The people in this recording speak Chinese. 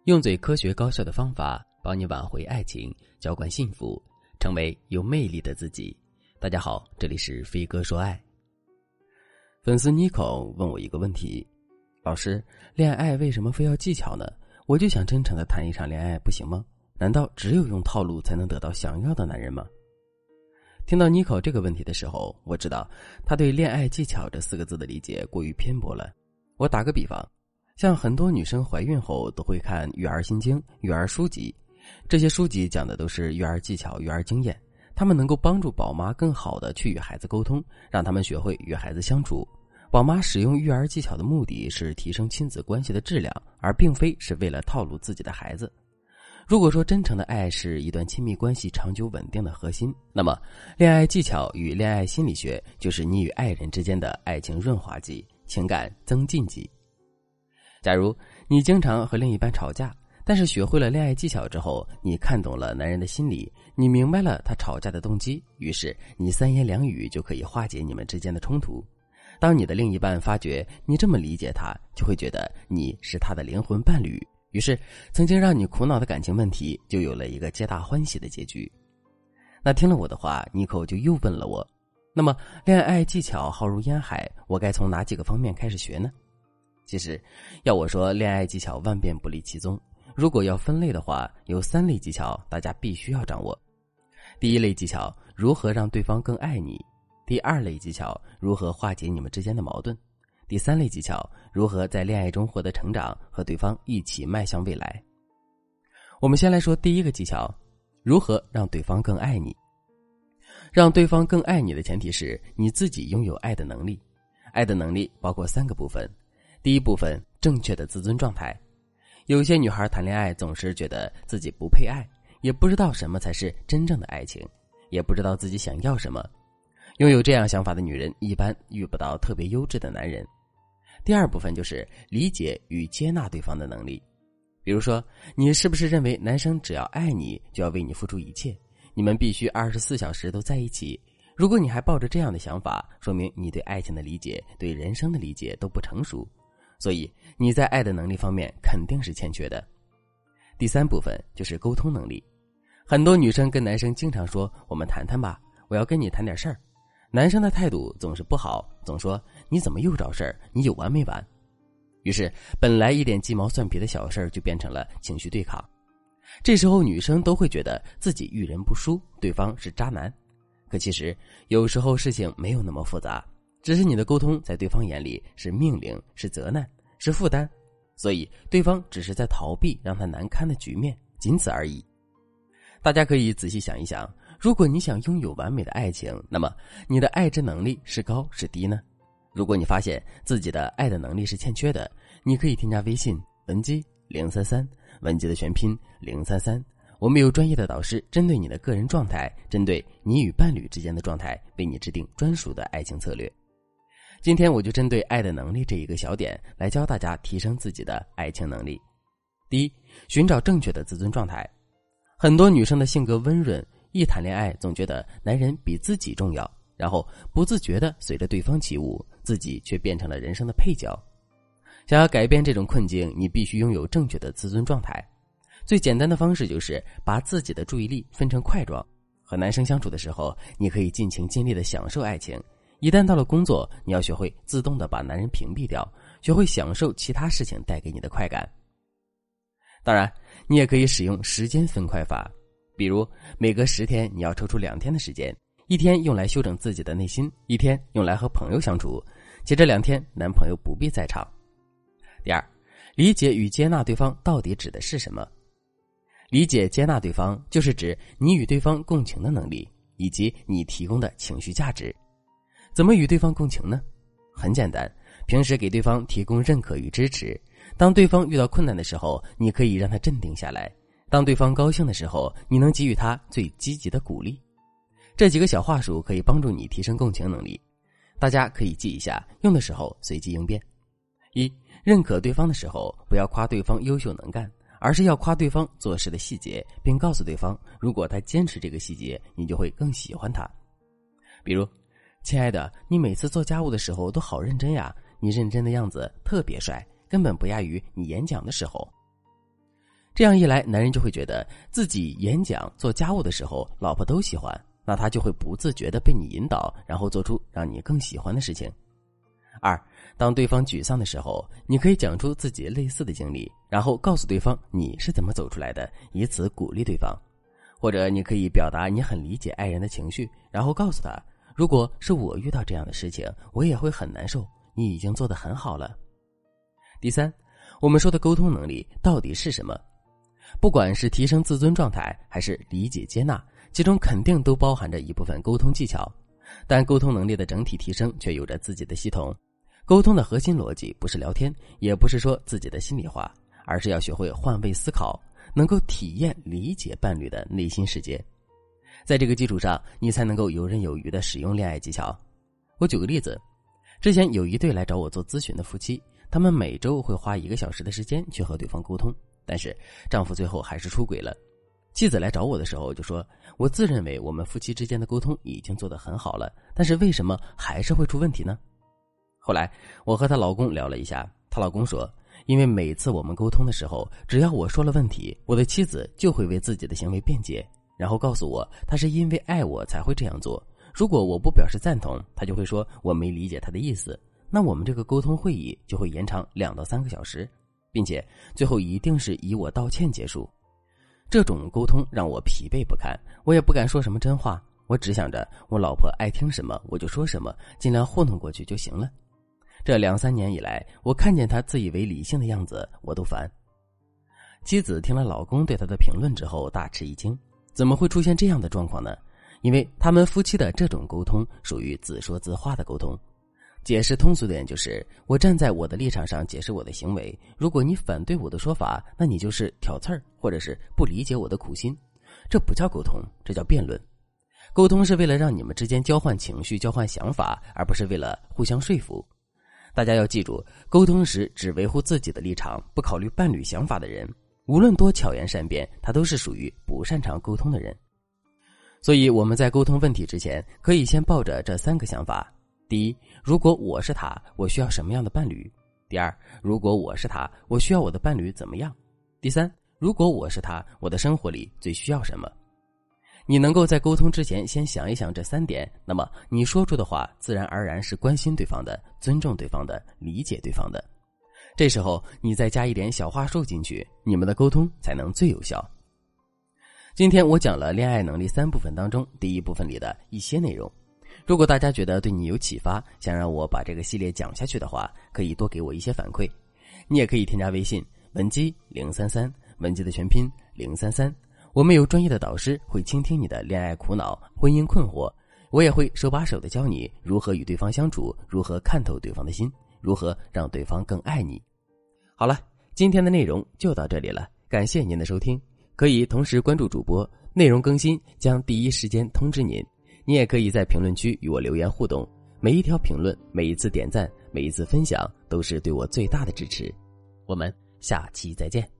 用最科学高效的方法帮你挽回爱情，浇灌幸福，成为有魅力的自己。大家好，这里是飞哥说爱。粉丝妮可问我一个问题，老师，恋爱为什么非要技巧呢？我就想真诚地谈一场恋爱，不行吗？难道只有用套路才能得到想要的男人吗？听到妮可这个问题的时候，我知道他对恋爱技巧这4个字的理解过于偏颇了。我打个比方，像很多女生怀孕后都会看育儿心经、育儿书籍，这些书籍讲的都是育儿技巧、育儿经验，他们能够帮助宝妈更好地去与孩子沟通，让他们学会与孩子相处。宝妈使用育儿技巧的目的是提升亲子关系的质量，而并非是为了套路自己的孩子。如果说真诚的爱是一段亲密关系长久稳定的核心，那么恋爱技巧与恋爱心理学就是你与爱人之间的爱情润滑剂、情感增进剂。假如你经常和另一半吵架，但是学会了恋爱技巧之后，你看懂了男人的心理，你明白了他吵架的动机，于是你3言2语就可以化解你们之间的冲突。当你的另一半发觉你这么理解他，就会觉得你是他的灵魂伴侣，于是曾经让你苦恼的感情问题就有了一个皆大欢喜的结局。那听了我的话，妮可就又问了我，那么恋爱技巧浩如烟海，我该从哪几个方面开始学呢？其实要我说，恋爱技巧万变不离其宗，如果要分类的话，有3类技巧大家必须要掌握。第1类技巧，如何让对方更爱你；第2类技巧，如何化解你们之间的矛盾；第3类技巧，如何在恋爱中获得成长，和对方一起迈向未来。我们先来说第1个技巧，如何让对方更爱你。让对方更爱你的前提是你自己拥有爱的能力。爱的能力包括3个部分。第1部分，正确的自尊状态。有些女孩谈恋爱总是觉得自己不配爱，也不知道什么才是真正的爱情，也不知道自己想要什么。拥有这样想法的女人一般遇不到特别优质的男人。第2部分就是理解与接纳对方的能力。比如说，你是不是认为男生只要爱你就要为你付出一切，你们必须24小时都在一起？如果你还抱着这样的想法，说明你对爱情的理解、对人生的理解都不成熟，所以你在爱的能力方面肯定是欠缺的。第3部分就是沟通能力。很多女生跟男生经常说，我们谈谈吧，我要跟你谈点事儿。男生的态度总是不好，总说你怎么又找事儿，你有完没完？于是本来一点鸡毛蒜皮的小事儿就变成了情绪对抗。这时候女生都会觉得自己遇人不淑，对方是渣男。可其实有时候事情没有那么复杂，只是你的沟通在对方眼里是命令，是责难，是负担，所以对方只是在逃避让他难堪的局面，仅此而已。大家可以仔细想一想，如果你想拥有完美的爱情，那么你的爱之能力是高是低呢？如果你发现自己的爱的能力是欠缺的，你可以添加微信文姬033，文姬的全拼033，我们有专业的导师针对你的个人状态，针对你与伴侣之间的状态，为你制定专属的爱情策略。今天我就针对爱的能力这一个小点来教大家提升自己的爱情能力。第1，寻找正确的自尊状态。很多女生的性格温润，一谈恋爱总觉得男人比自己重要，然后不自觉地随着对方起舞，自己却变成了人生的配角。想要改变这种困境，你必须拥有正确的自尊状态。最简单的方式就是把自己的注意力分成块状。和男生相处的时候，你可以尽情尽力地享受爱情，一旦到了工作，你要学会自动地把男人屏蔽掉，学会享受其他事情带给你的快感。当然，你也可以使用时间分块法，比如每隔10天你要抽出2天的时间，一天用来修整自己的内心，一天用来和朋友相处，且这2天男朋友不必在场。第2，理解与接纳对方到底指的是什么？理解接纳对方就是指你与对方共情的能力，以及你提供的情绪价值。怎么与对方共情呢？很简单，平时给对方提供认可与支持。当对方遇到困难的时候，你可以让他镇定下来；当对方高兴的时候，你能给予他最积极的鼓励。这几个小话术可以帮助你提升共情能力，大家可以记一下，用的时候随机应变。1，认可对方的时候，不要夸对方优秀能干，而是要夸对方做事的细节，并告诉对方，如果他坚持这个细节，你就会更喜欢他。比如，亲爱的，你每次做家务的时候都好认真呀，你认真的样子特别帅，根本不亚于你演讲的时候。 这样一来，男人就会觉得自己演讲、做家务的时候，老婆都喜欢，那他就会不自觉地被你引导，然后做出让你更喜欢的事情。2，当对方沮丧的时候，你可以讲出自己类似的经历，然后告诉对方你是怎么走出来的，以此鼓励对方。或者你可以表达你很理解爱人的情绪，然后告诉他，如果是我遇到这样的事情，我也会很难受，你已经做得很好了。第3，我们说的沟通能力到底是什么？不管是提升自尊状态，还是理解接纳，其中肯定都包含着一部分沟通技巧，但沟通能力的整体提升却有着自己的系统。沟通的核心逻辑不是聊天，也不是说自己的心里话，而是要学会换位思考，能够体验理解伴侣的内心世界。在这个基础上，你才能够游刃有余地使用恋爱技巧。我举个例子，之前有一对来找我做咨询的夫妻，他们每周会花1个小时的时间去和对方沟通，但是丈夫最后还是出轨了。妻子来找我的时候就说，我自认为我们夫妻之间的沟通已经做得很好了，但是为什么还是会出问题呢？后来我和她老公聊了一下，她老公说，因为每次我们沟通的时候，只要我说了问题，我的妻子就会为自己的行为辩解，然后告诉我她是因为爱我才会这样做，如果我不表示赞同，她就会说我没理解她的意思，那我们这个沟通会议就会延长2到3个小时，并且最后一定是以我道歉结束。这种沟通让我疲惫不堪，我也不敢说什么真话，我只想着我老婆爱听什么我就说什么，尽量糊弄过去就行了。这2、3年以来，我看见她自以为理性的样子，我都烦。妻子听了老公对她的评论之后大吃一惊，怎么会出现这样的状况呢？因为他们夫妻的这种沟通属于自说自话的沟通。解释通俗点就是，我站在我的立场上解释我的行为，如果你反对我的说法，那你就是挑刺儿，或者是不理解我的苦心。这不叫沟通，这叫辩论。沟通是为了让你们之间交换情绪、交换想法，而不是为了互相说服。大家要记住，沟通时只维护自己的立场，不考虑伴侣想法的人，无论多巧言善辩，他都是属于不擅长沟通的人。所以我们在沟通问题之前，可以先抱着这3个想法。第一，如果我是他，我需要什么样的伴侣？第2，如果我是他，我需要我的伴侣怎么样？第3，如果我是他，我的生活里最需要什么？你能够在沟通之前先想一想这3点，那么你说出的话自然而然是关心对方的、尊重对方的、理解对方的。这时候你再加一点小话术进去，你们的沟通才能最有效。今天我讲了恋爱能力3部分当中第1部分里的一些内容。如果大家觉得对你有启发，想让我把这个系列讲下去的话，可以多给我一些反馈。你也可以添加微信文姬033，文姬的全拼033，我们有专业的导师会倾听你的恋爱苦恼、婚姻困惑，我也会手把手的教你如何与对方相处，如何看透对方的心，如何让对方更爱你。好了，今天的内容就到这里了，感谢您的收听。可以同时关注主播，内容更新将第一时间通知您。你也可以在评论区与我留言互动，每一条评论、每一次点赞、每一次分享都是对我最大的支持。我们下期再见。